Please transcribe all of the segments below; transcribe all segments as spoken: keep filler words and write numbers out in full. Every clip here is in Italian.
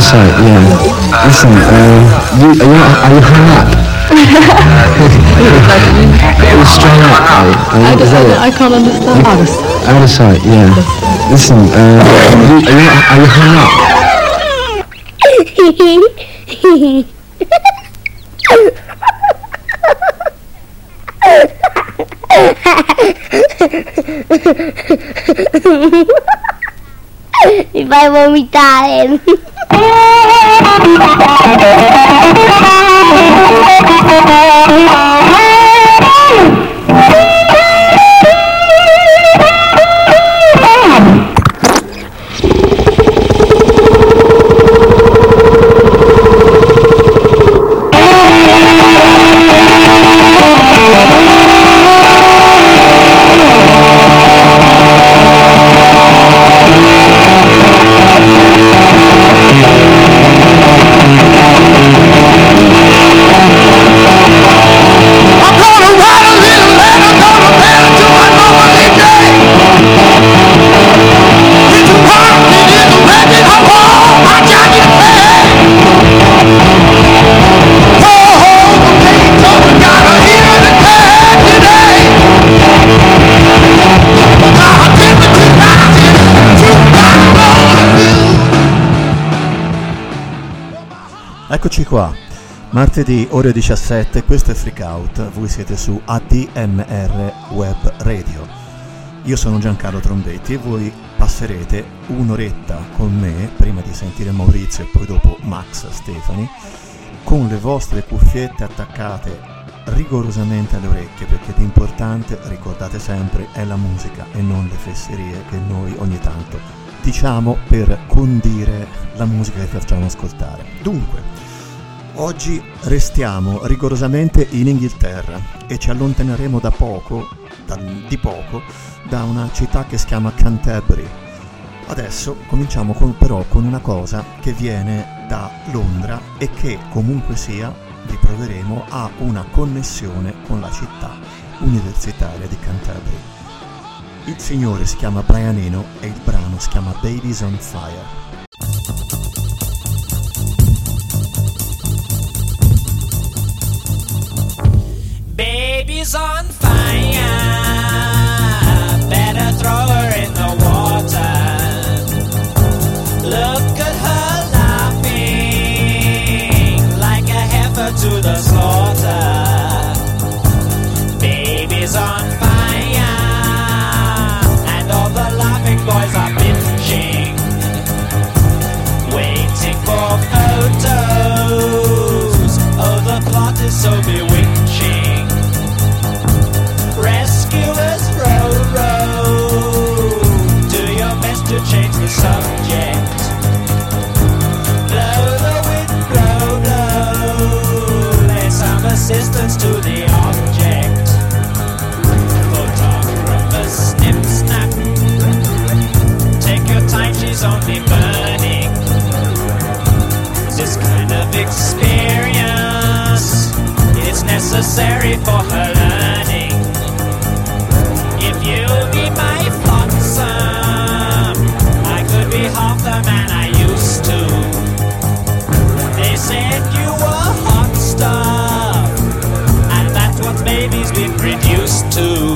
sight, yeah. Listen, uh, you, are, you, are you hung up? You're strung up, are you? Uh, I, is that it? I, I can't understand. Out of sight. Out of sight, yeah. Listen, uh, you, are, you, are you hung up? Mi fai vomitare. Eccoci qua, martedì ore diciassette, questo è Freak Out, voi siete su A D M R Web Radio. Io sono Giancarlo Trombetti e voi passerete un'oretta con me, prima di sentire Maurizio e poi dopo Max Stefani, con le vostre cuffiette attaccate rigorosamente alle orecchie, perché l'importante, ricordate sempre, è la musica e non le fesserie che noi ogni tanto diciamo per condire la musica che facciamo ascoltare. Dunque, oggi restiamo rigorosamente in Inghilterra e ci allontaneremo da poco, da, di poco, da una città che si chiama Canterbury. Adesso cominciamo con, però con una cosa che viene da Londra e che comunque sia, vi proveremo, ha una connessione con la città universitaria di Canterbury. Il signore si chiama Brian Eno e il brano si chiama Baby's on Fire. Baby's on fire, better throw her in the water. Look at her laughing like a heifer to the slaughter. Baby's on fire, and all the laughing boys are bitching, waiting for photos. Oh, the plot is so bewitching. Rescuers row, row, do your best to change the subject. Blow the wind, blow, blow, lend some assistance to the object. Photographer snip, snap, take your time, she's only burning. This kind of experience, it's necessary for her learning. If you be my flotsam, I could be half the man I used to. They said you were hot stuff, and that's what babies we've reduced to.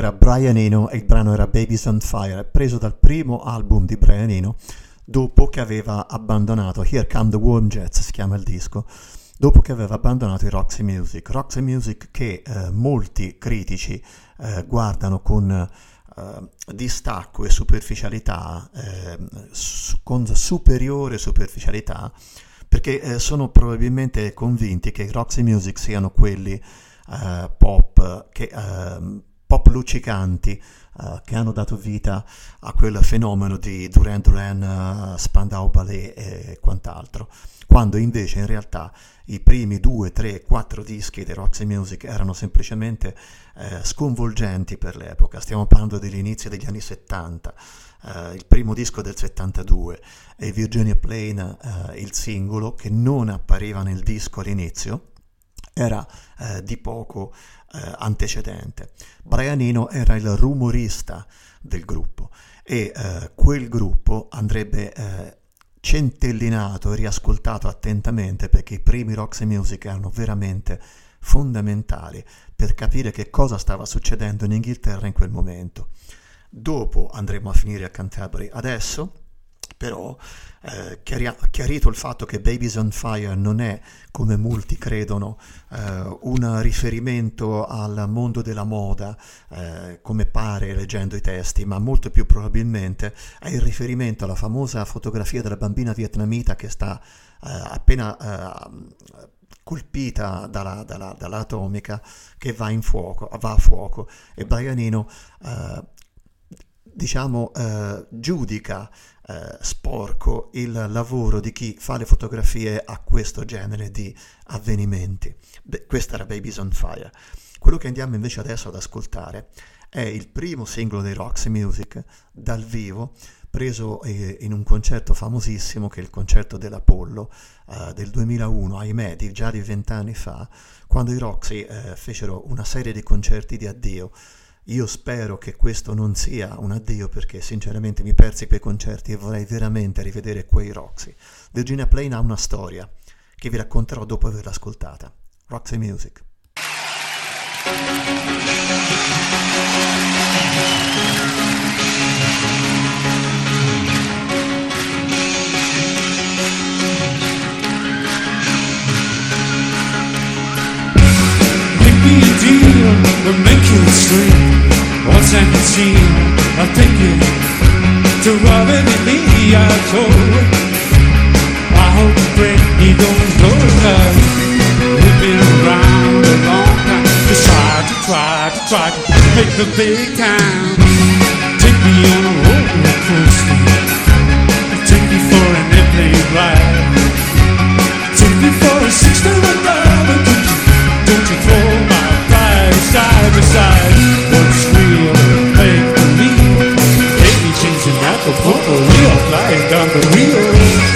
era Brian Eno e il brano era Babies on Fire, preso dal primo album di Brian Eno dopo che aveva abbandonato Here Come the Warm Jets, si chiama il disco, dopo che aveva abbandonato i Roxy Music. Roxy Music che eh, molti critici eh, guardano con eh, distacco e superficialità, eh, su, con superiore superficialità, perché eh, sono probabilmente convinti che i Roxy Music siano quelli eh, pop, che, eh, pop luccicanti, uh, che hanno dato vita a quel fenomeno di Duran Duran, uh, Spandau Ballet e quant'altro, quando invece in realtà i primi due, tre, quattro dischi dei Roxy Music erano semplicemente eh, sconvolgenti per l'epoca. Stiamo parlando dell'inizio degli anni settanta. Uh, il primo disco del settantadue e Virginia Plain, uh, il singolo che non appariva nel disco all'inizio, era uh, di poco uh, antecedente. Brian Eno era il rumorista del gruppo e uh, quel gruppo andrebbe uh, centellinato e riascoltato attentamente, perché i primi Roxy Music erano veramente fondamentali per capire che cosa stava succedendo in Inghilterra in quel momento. Dopo andremo a finire a Canterbury. Adesso però eh, chiari- chiarito il fatto che Babies on Fire non è, come molti credono, eh, un riferimento al mondo della moda, eh, come pare leggendo i testi, ma molto più probabilmente è il riferimento alla famosa fotografia della bambina vietnamita che sta eh, appena eh, colpita dalla, dalla, dall'atomica, che va in fuoco, va a fuoco, e Brian Eno eh, diciamo eh, giudica eh, sporco il lavoro di chi fa le fotografie a questo genere di avvenimenti. Beh, questa era Babies on Fire. Quello che andiamo invece adesso ad ascoltare è il primo singolo dei Roxy Music dal vivo, preso eh, in un concerto famosissimo, che è il concerto dell'Apollo eh, del duemilauno, ahimè, di, già di vent'anni fa, quando i Roxy eh, fecero una serie di concerti di addio. Io spero che questo non sia un addio, perché sinceramente mi persi quei concerti e vorrei veramente rivedere quei Roxy. Virginia Plain ha una storia che vi racconterò dopo averla ascoltata. Roxy Music. We'll make you scream. Once I can see, I'll take you to Robin and me. I told, I hope and pray he don't go love. We've been around a long time, just try to try to try to make the big time. Take me on a roller coaster, take me for an airplane ride, take me for a six-star ride. But don't you, don't you throw my side by side, what's real and make believe. Take me chasing Acapulco, real flying down the wheel.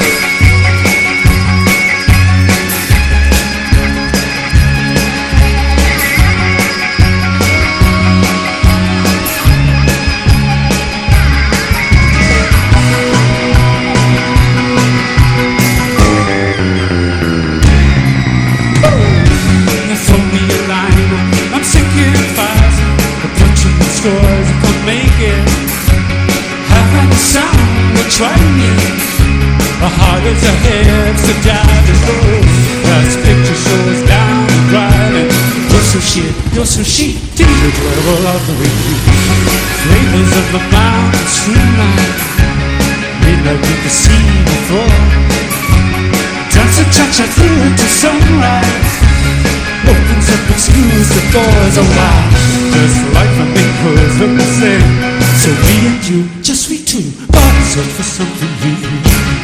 Trying it, the heart is ahead, so dive is low. Last picture shows down and riding. You're so shit, you're so shit, till the level of the review. Flavors of the mountain streamline, midnight with the sea before. Dance a cha-cha through to sunrise, opens up and screws the doors. Oh wow, just like my neighbors look the same. So me and you, just we two, but search for something new.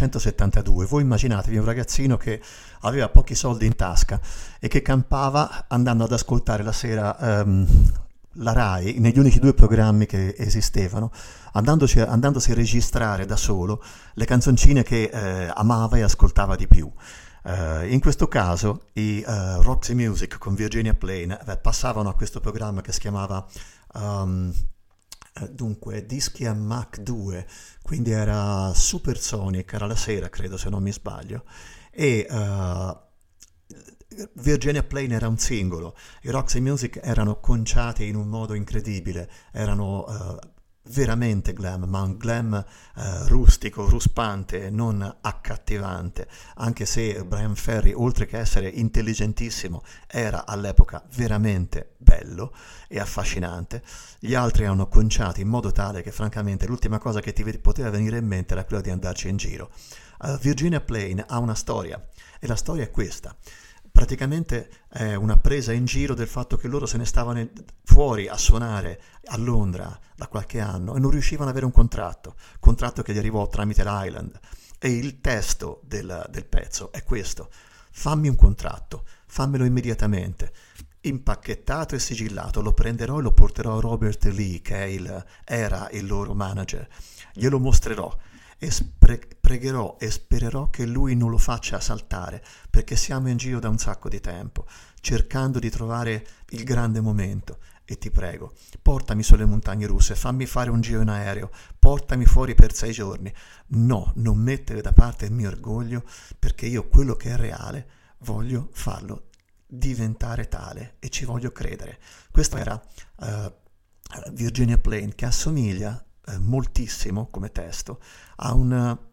millenovecentosettantadue. Voi immaginatevi un ragazzino che aveva pochi soldi in tasca e che campava andando ad ascoltare la sera um, la Rai, negli unici due programmi che esistevano, andandoci, andandosi a registrare da solo le canzoncine che eh, amava e ascoltava di più. Uh, in questo caso i uh, Roxy Music con Virginia Plain eh, passavano a questo programma che si chiamava um, eh, dunque Dischi a Mach due, quindi era Supersonic, era la sera credo se non mi sbaglio, e uh, Virginia Plain era un singolo, i Roxy Music erano conciati in un modo incredibile, erano uh, veramente glam, ma un glam uh, rustico, ruspante, non accattivante, anche se Bryan Ferry, oltre che essere intelligentissimo, era all'epoca veramente bello e affascinante. Gli altri erano conciati in modo tale che francamente l'ultima cosa che ti poteva venire in mente era quella di andarci in giro. uh, Virginia Plain ha una storia e la storia è questa. Praticamente è una presa in giro del fatto che loro se ne stavano fuori a suonare a Londra da qualche anno e non riuscivano ad avere un contratto, contratto che gli arrivò tramite l'Island, e il testo del, del pezzo è questo: fammi un contratto, fammelo immediatamente, impacchettato e sigillato, lo prenderò e lo porterò a Robert Lee, che è il, era il loro manager, glielo mostrerò e spre- pregherò e spererò che lui non lo faccia saltare, perché siamo in giro da un sacco di tempo cercando di trovare il grande momento, e ti prego, portami sulle montagne russe, fammi fare un giro in aereo, portami fuori per sei giorni. No, non mettere da parte il mio orgoglio, perché io quello che è reale voglio farlo diventare tale e ci voglio credere. Questa era uh, Virginia Plain, che assomiglia eh, moltissimo come testo a un,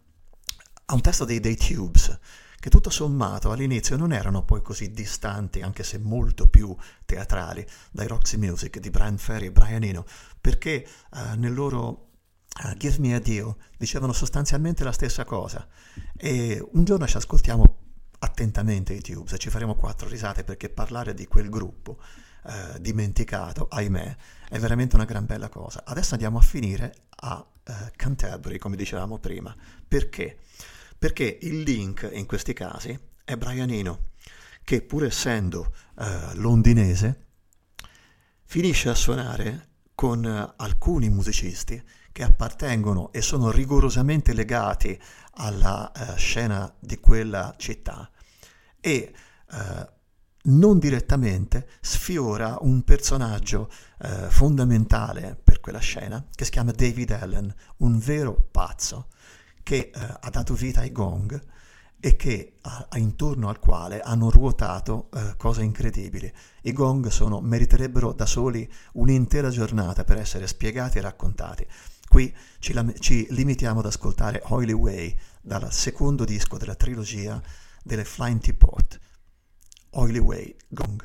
a un testo dei, dei Tubes, che tutto sommato all'inizio non erano poi così distanti, anche se molto più teatrali, dai Roxy Music di Bryan Ferry e Brian Eno, perché uh, nel loro uh, Give Me a Deal dicevano sostanzialmente la stessa cosa. E un giorno ci ascoltiamo attentamente i Tubes e ci faremo quattro risate, perché parlare di quel gruppo uh, dimenticato, ahimè, è veramente una gran bella cosa. Adesso andiamo a finire a uh, Canterbury, come dicevamo prima. Perché? Perché il link in questi casi è Brian Eno, che pur essendo uh, londinese finisce a suonare con uh, alcuni musicisti che appartengono e sono rigorosamente legati alla uh, scena di quella città, e uh, non direttamente sfiora un personaggio uh, fondamentale per quella scena, che si chiama David Allen, un vero pazzo, che uh, ha dato vita ai Gong e che uh, intorno al quale hanno ruotato uh, cose incredibili. I Gong sono, meriterebbero da soli un'intera giornata per essere spiegati e raccontati. Qui ci, lam- ci limitiamo ad ascoltare Oily Way, dal secondo disco della trilogia delle Flying Teapot. Oily Way, Gong.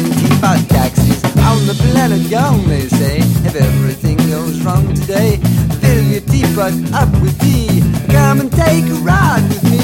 Planet Gong, they say, if everything goes wrong today, but up with me. Come and take a ride with me.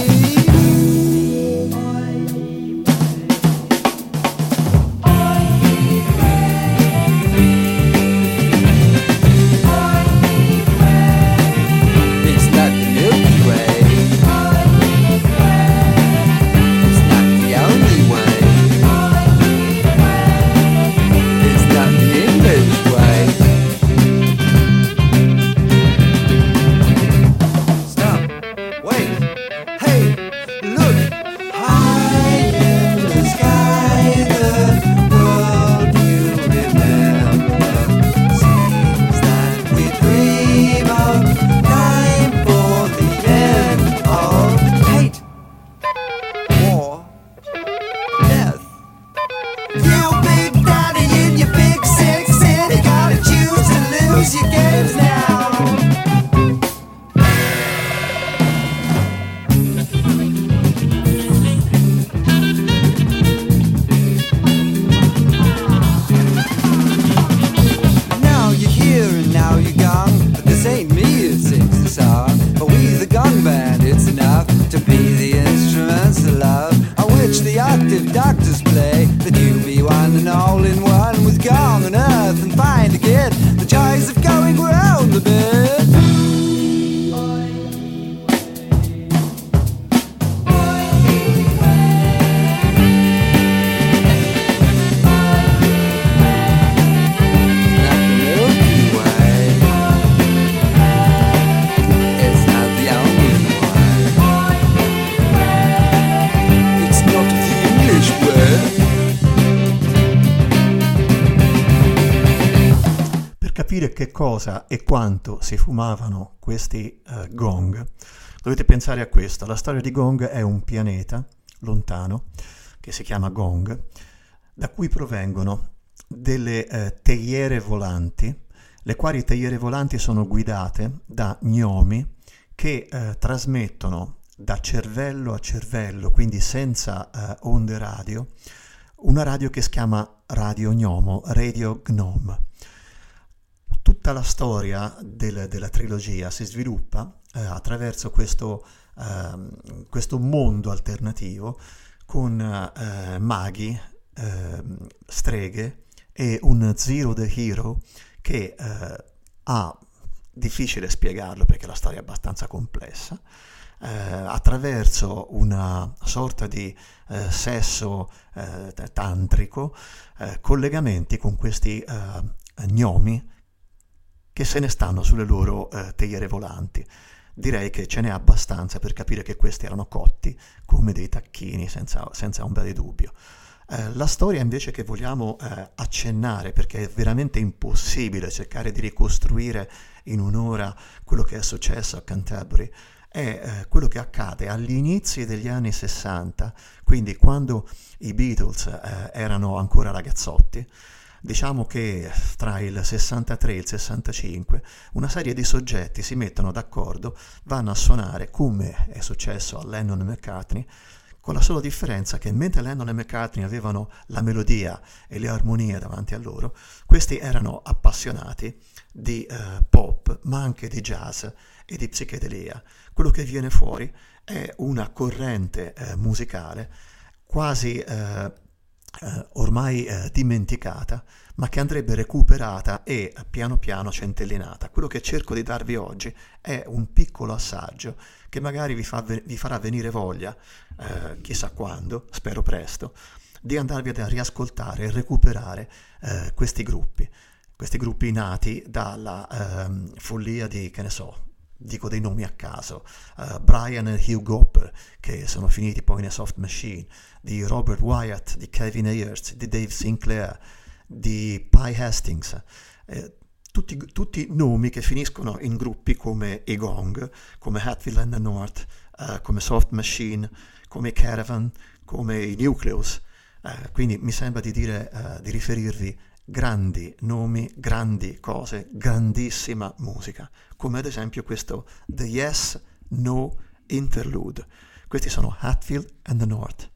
Che cosa e quanto si fumavano questi uh, gong, dovete pensare a questo. La storia di Gong è un pianeta lontano che si chiama Gong, da cui provengono delle uh, teiere volanti, le quali teiere volanti sono guidate da gnomi che uh, trasmettono da cervello a cervello, quindi senza uh, onde radio, una radio che si chiama radio gnomo, radio gnome. Tutta la storia del, della trilogia si sviluppa eh, attraverso questo, eh, questo mondo alternativo con eh, maghi, eh, streghe e un Zero the Hero che eh, ha, difficile spiegarlo perché la storia è abbastanza complessa, eh, attraverso una sorta di eh, sesso eh, tantrico, eh, collegamenti con questi eh, gnomi che se ne stanno sulle loro eh, teiere volanti. Direi che ce n'è abbastanza per capire che questi erano cotti come dei tacchini, senza, senza ombra di dubbio. Eh, la storia invece che vogliamo eh, accennare, perché è veramente impossibile cercare di ricostruire in un'ora quello che è successo a Canterbury, è eh, quello che accade agli inizi degli anni sessanta, quindi quando i Beatles eh, erano ancora ragazzotti. Diciamo che tra il sessantatré e il sessantacinque una serie di soggetti si mettono d'accordo, vanno a suonare come è successo a Lennon e McCartney, con la sola differenza che mentre Lennon e McCartney avevano la melodia e le armonie davanti a loro, questi erano appassionati di eh, pop, ma anche di jazz e di psichedelia. Quello che viene fuori è una corrente eh, musicale quasi eh, eh, ormai eh, dimenticata, ma che andrebbe recuperata e piano piano centellinata. Quello che cerco di darvi oggi è un piccolo assaggio che magari vi, fa, vi farà venire voglia, eh, chissà quando, spero presto, di andarvi a riascoltare e recuperare eh, questi gruppi, questi gruppi nati dalla ehm, follia di, che ne so, dico dei nomi a caso, uh, Brian e Hugh Gopper, che sono finiti poi nei Soft Machine, di Robert Wyatt, di Kevin Ayers, di Dave Sinclair, di Pi Hastings, eh, tutti, tutti nomi che finiscono in gruppi come i Gong, come Hatfield and the North, uh, come Soft Machine, come Caravan, come i Nucleus. Uh, quindi mi sembra di dire, uh, di riferirvi grandi nomi, grandi cose, grandissima musica, come ad esempio questo The Yes No Interlude. Questi sono Hatfield and the North.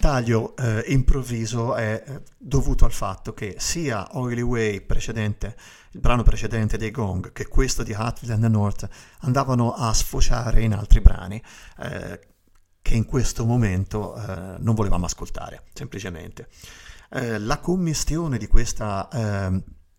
taglio eh, improvviso è eh, dovuto al fatto che sia Oily Way precedente, il brano precedente dei Gong, che questo di Hatfield and the North andavano a sfociare in altri brani eh, che in questo momento eh, non volevamo ascoltare, semplicemente. Eh, la commistione di questa, eh,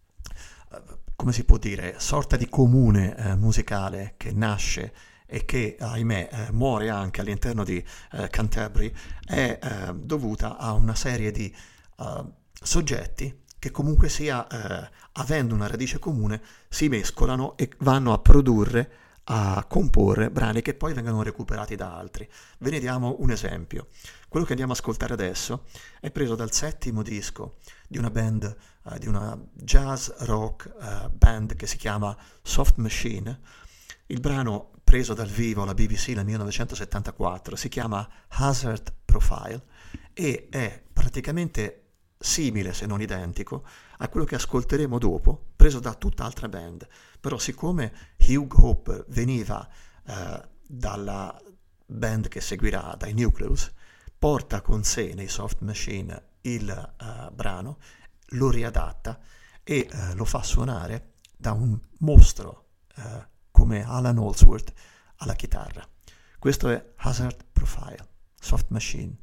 come si può dire, sorta di comune eh, musicale che nasce e che, ahimè, eh, muore anche all'interno di eh, Canterbury, è eh, dovuta a una serie di uh, soggetti che comunque sia, eh, avendo una radice comune, si mescolano e vanno a produrre, a comporre brani che poi vengono recuperati da altri. Ve ne diamo un esempio. Quello che andiamo ad ascoltare adesso è preso dal settimo disco di una band, uh, di una jazz rock uh, band che si chiama Soft Machine. Il brano, preso dal vivo alla B B C nel millenovecentosettantaquattro, si chiama Hazard Profile e è praticamente simile, se non identico, a quello che ascolteremo dopo, preso da tutt'altra band. Però siccome Hugh Hope veniva eh, dalla band che seguirà, dai Nucleus, porta con sé nei Soft Machine il eh, brano, lo riadatta e eh, lo fa suonare da un mostro eh, come Alan Holdsworth alla chitarra. Questo è Hazard Profile, Soft Machine.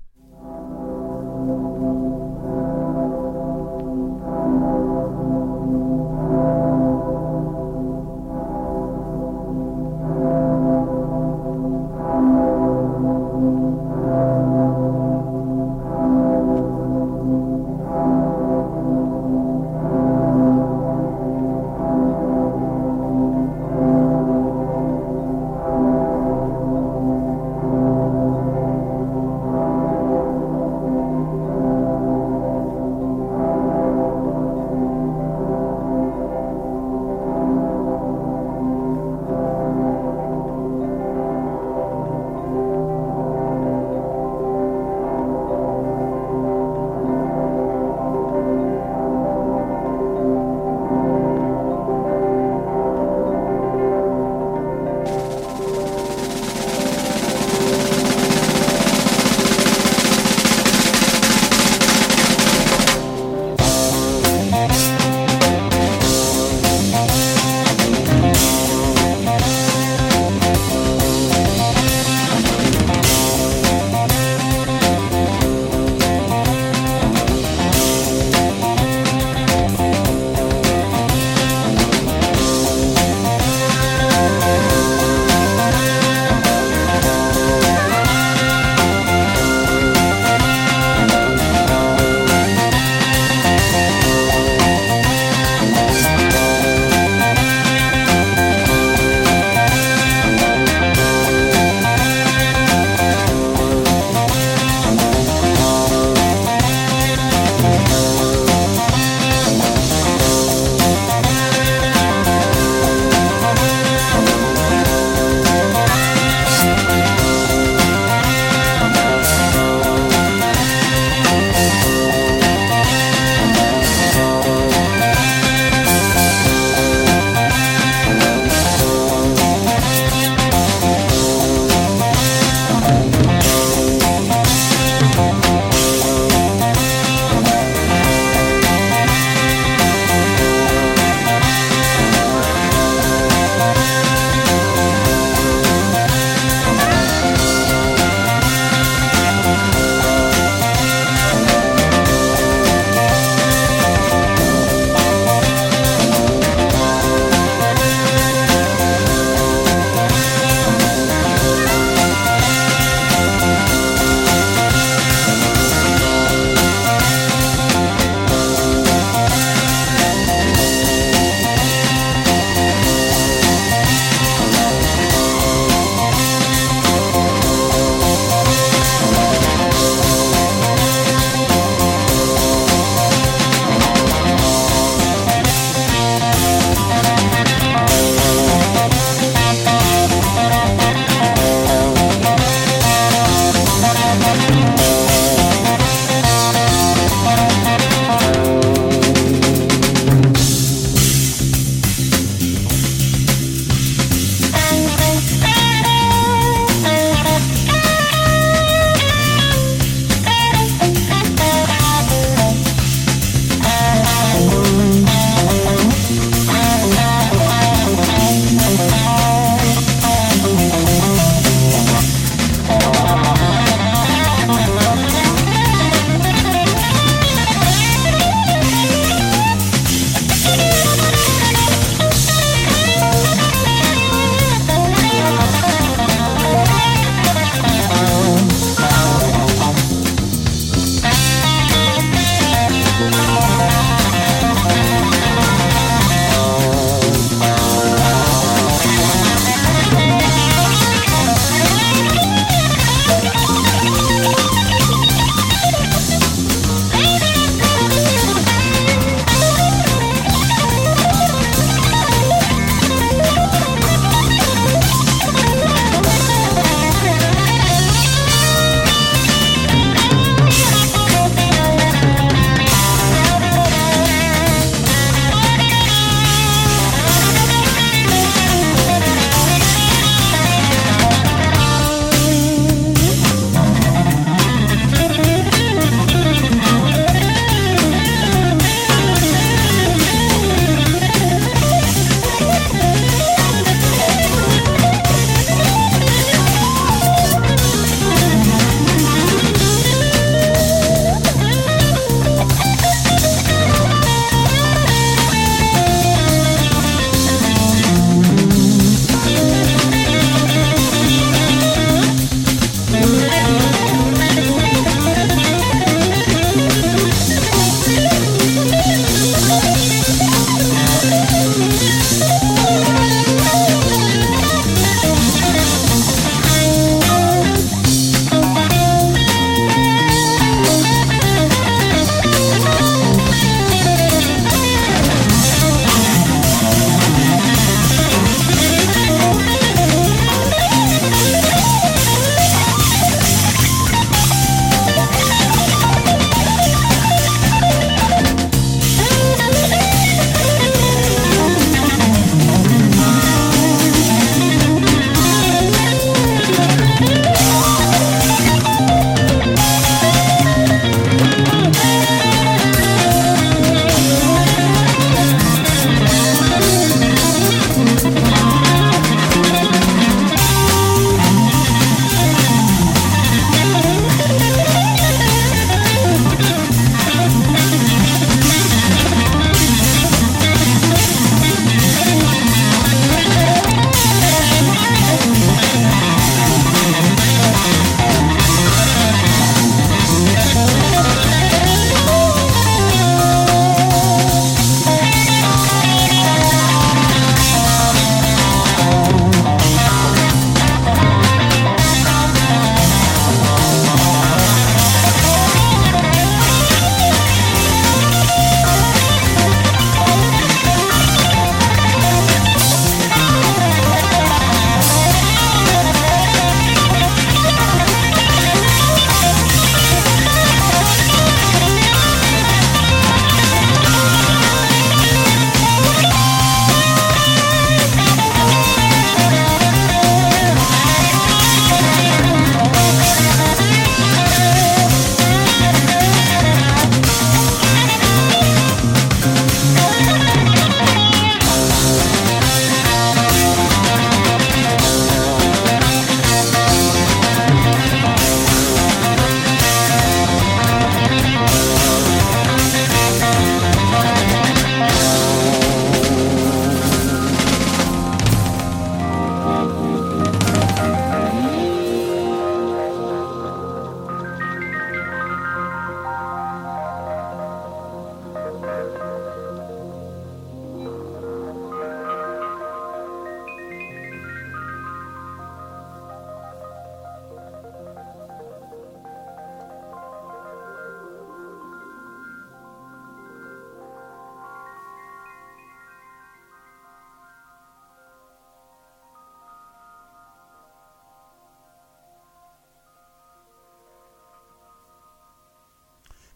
Thank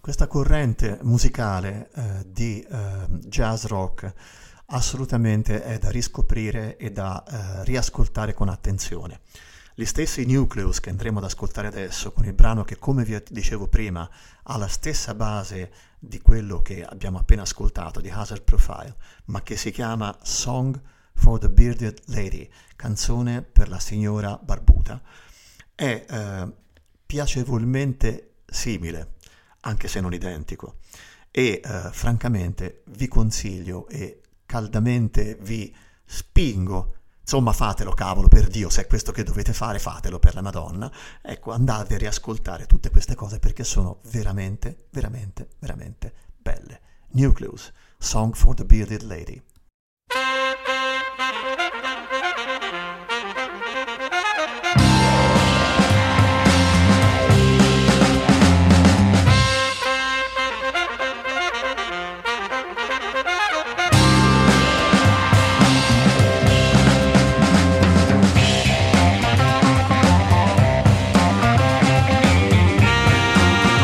questa corrente musicale eh, di eh, jazz rock assolutamente è da riscoprire e da eh, riascoltare con attenzione. Gli stessi Nucleus che andremo ad ascoltare adesso con il brano che, come vi dicevo prima, ha la stessa base di quello che abbiamo appena ascoltato di Hazard Profile, ma che si chiama Song for the Bearded Lady, canzone per la signora barbuta, è eh, piacevolmente simile, anche se non identico, e eh, francamente vi consiglio e caldamente vi spingo, insomma fatelo cavolo, per Dio, se è questo che dovete fare fatelo per la Madonna, ecco, andate a riascoltare tutte queste cose perché sono veramente, veramente, veramente belle. Nucleus, Song for the Bearded Lady.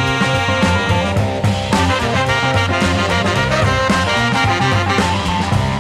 Thank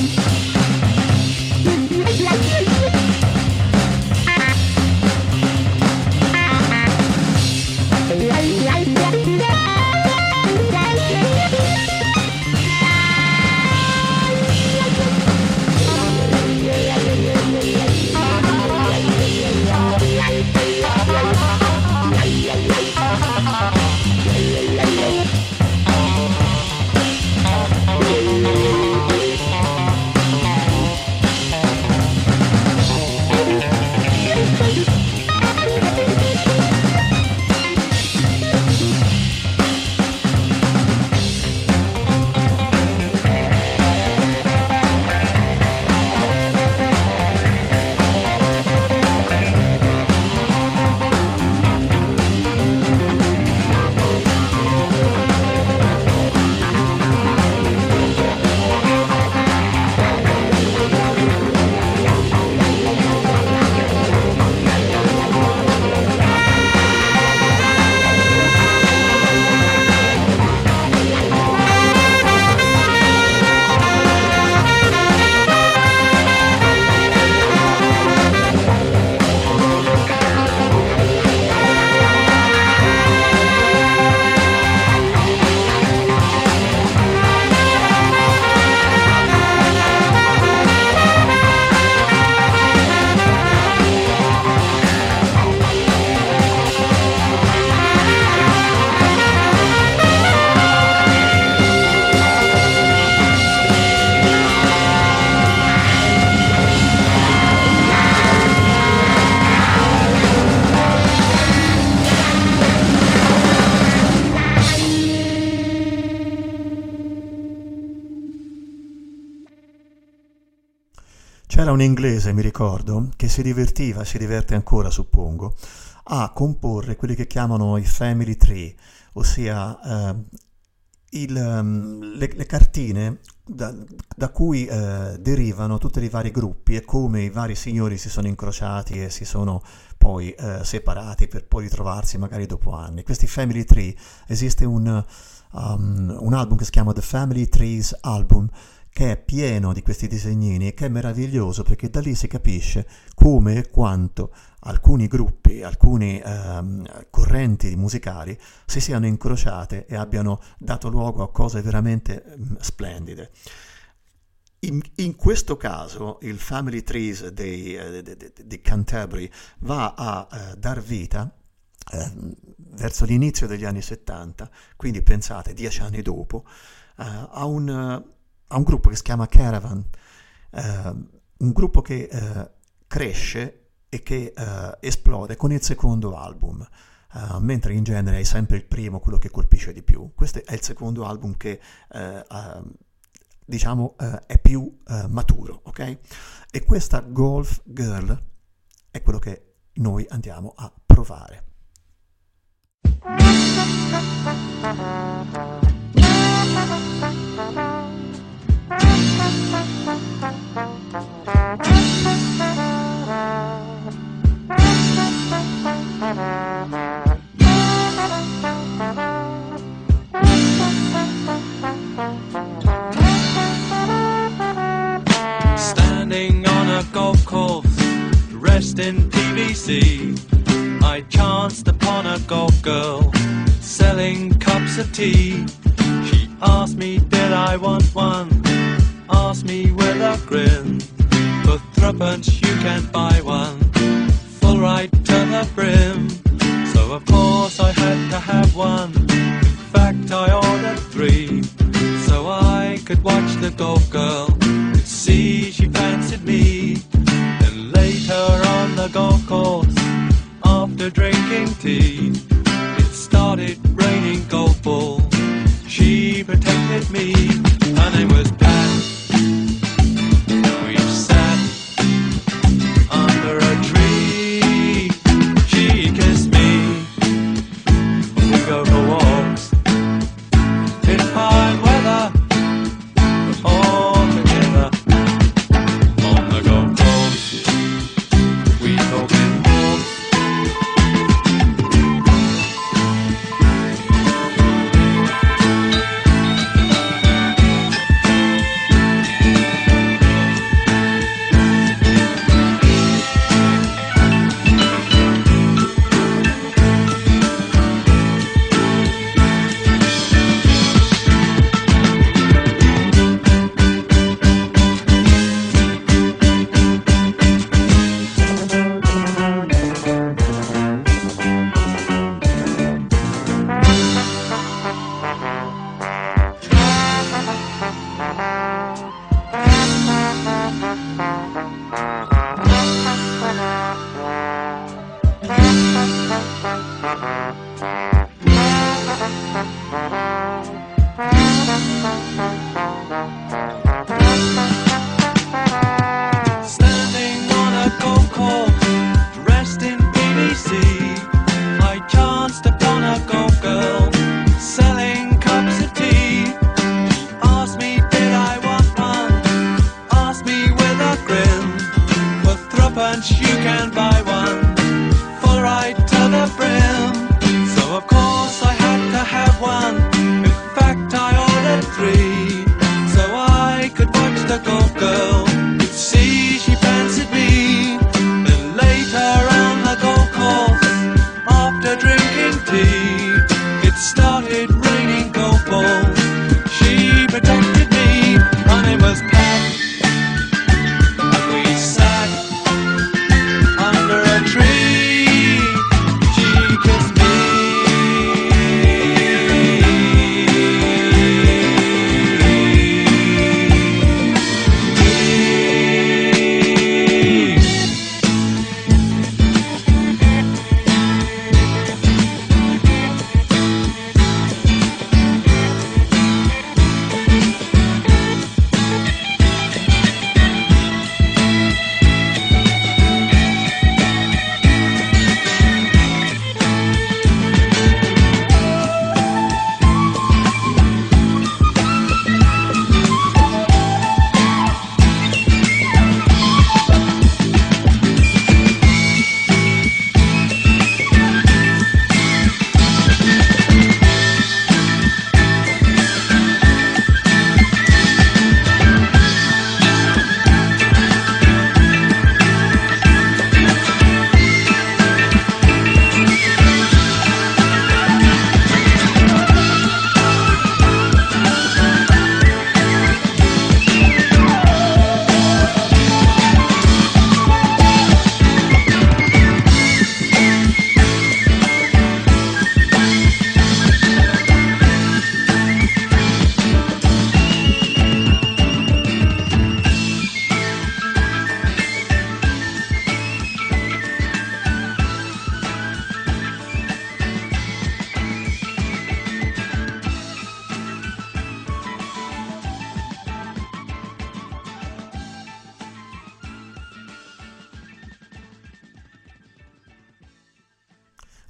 C'era un inglese, mi ricordo, che si divertiva, si diverte ancora suppongo, a comporre quelli che chiamano i family tree, ossia eh, il, um, le, le cartine da, da cui eh, derivano tutti i vari gruppi e come i vari signori si sono incrociati e si sono poi eh, separati per poi ritrovarsi magari dopo anni. Questi family tree, esiste un, um, un album che si chiama The Family Trees Album, che è pieno di questi disegnini e che è meraviglioso perché da lì si capisce come e quanto alcuni gruppi, alcuni ehm, correnti musicali si siano incrociate e abbiano dato luogo a cose veramente mh, splendide. In, in questo caso il Family Trees di, eh, di, di, di Canterbury va a eh, dar vita eh, verso l'inizio degli anni settanta, quindi pensate dieci anni dopo, eh, a un... Uh, a un gruppo che si chiama Caravan, eh, un gruppo che eh, cresce e che eh, esplode con il secondo album, eh, mentre in genere è sempre il primo quello che colpisce di più. Questo è il secondo album che eh, eh, diciamo eh, è più eh, maturo, ok? E questa Golf Girl è quello che noi andiamo a provare. Standing on a golf course, dressed in P V C, I chanced upon a golf girl selling cups of tea. She asked me did I want one, asked me with a grin, for threepence you can buy one, full right to the brim. So of course I had to have one, in fact I ordered three, so I could watch the golf girl, could see she fancied me. Then later on the golf course, after drinking tea, it started raining golf balls. She protected me, her name was Pat. We sat under a tree, she kissed me, we go for walks in fine weather, all together on the golf course. We talk in walks,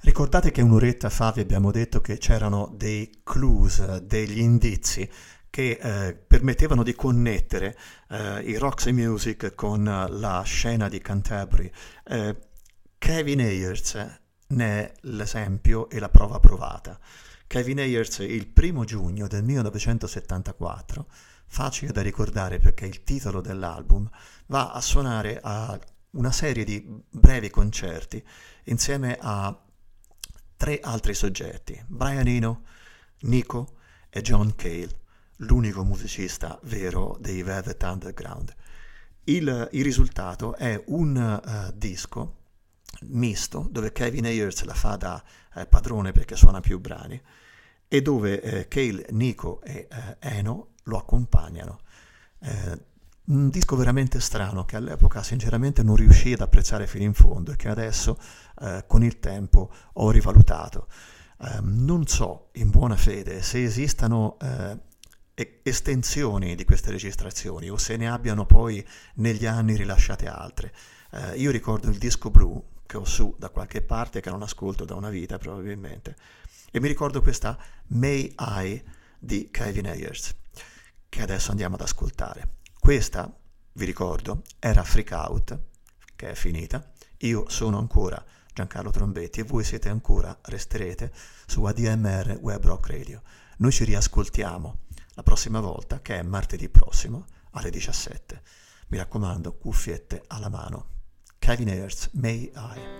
Ricordate che un'oretta fa vi abbiamo detto che c'erano dei clues, degli indizi che eh, permettevano di connettere eh, i Roxy Music con eh, la scena di Canterbury. Eh, Kevin Ayers ne è l'esempio e la prova provata. Kevin Ayers il primo giugno del millenovecentosettantaquattro, facile da ricordare perché il titolo dell'album, va a suonare a una serie di brevi concerti insieme a tre altri soggetti, Brian Eno, Nico e John Cale, l'unico musicista vero dei Velvet Underground. Il, il risultato è un uh, disco misto dove Kevin Ayers la fa da eh, padrone perché suona più brani e dove eh, Cale, Nico e eh, Eno lo accompagnano. Eh, un disco veramente strano che all'epoca sinceramente non riuscii ad apprezzare fino in fondo e che adesso eh, con il tempo ho rivalutato. Eh, non so in buona fede se esistano eh, estensioni di queste registrazioni o se ne abbiano poi negli anni rilasciate altre. Eh, io ricordo il disco blu che ho su da qualche parte, che non ascolto da una vita probabilmente, e mi ricordo questa May I di Kevin Ayers che adesso andiamo ad ascoltare. Questa, vi ricordo, era Freak Out, che è finita. Io sono ancora Giancarlo Trombetti e voi siete ancora, resterete su A D M R Web Rock Radio. Noi ci riascoltiamo la prossima volta, che è martedì prossimo alle diciassette. Mi raccomando, cuffiette alla mano. Kevin Ayers, May I.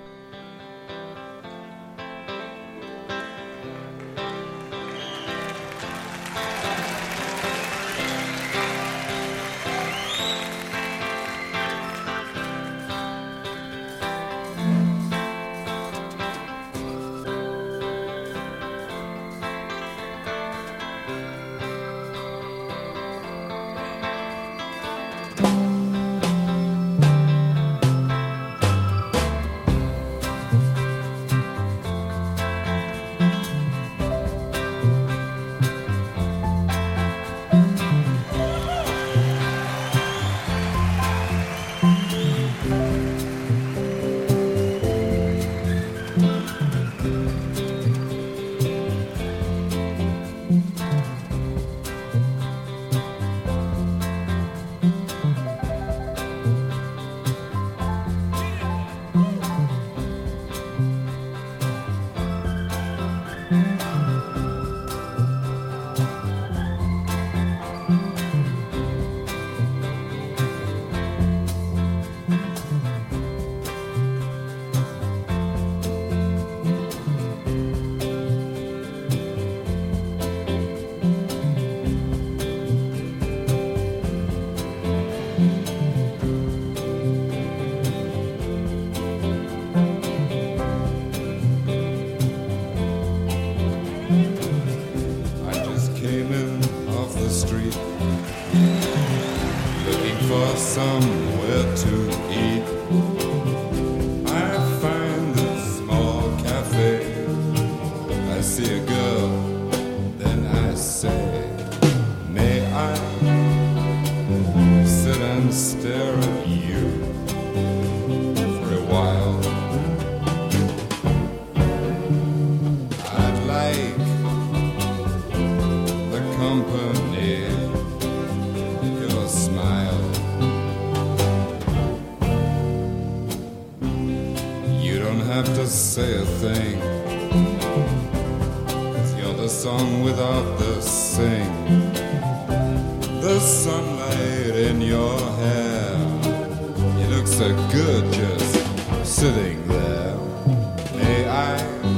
Somewhere to eat. I find a small cafe. I see a girl, then I say, may I sit and stare at you for a while? I'd like the company, your smile. Have to say a thing, 'cause you're the song without the sing. The sunlight in your hair, you look so good just sitting there. May I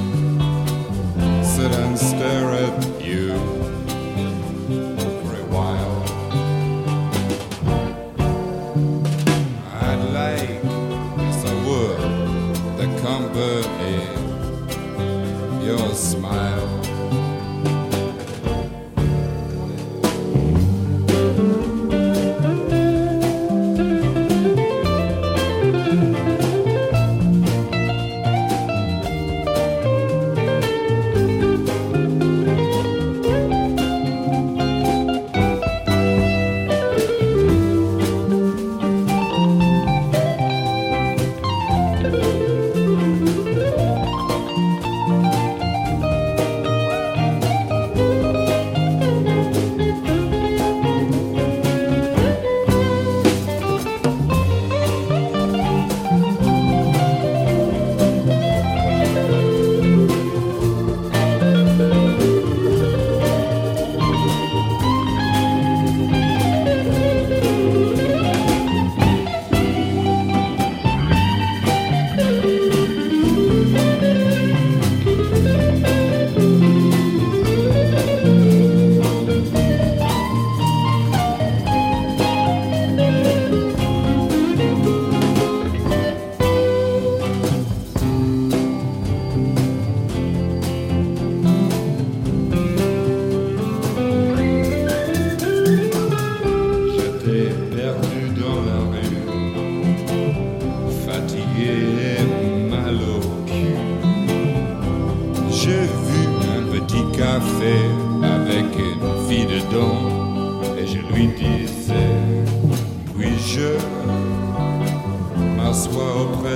sit and stare at you for a while? I'd like, yes I would, the company, your smile.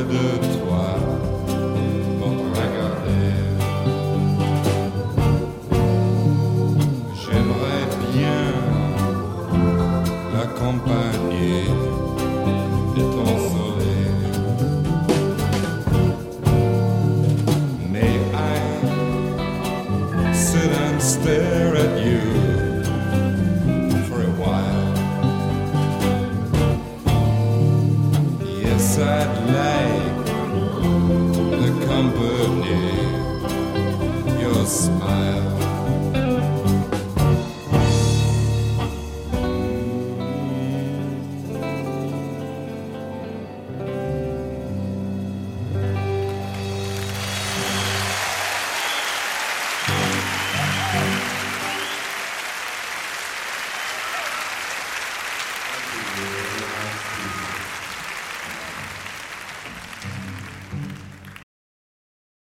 de toi pour te regarder. J'aimerais bien l'accompagner de ton soleil. May I sit and stare at you for a while? Yes, I'd like the company, your smile.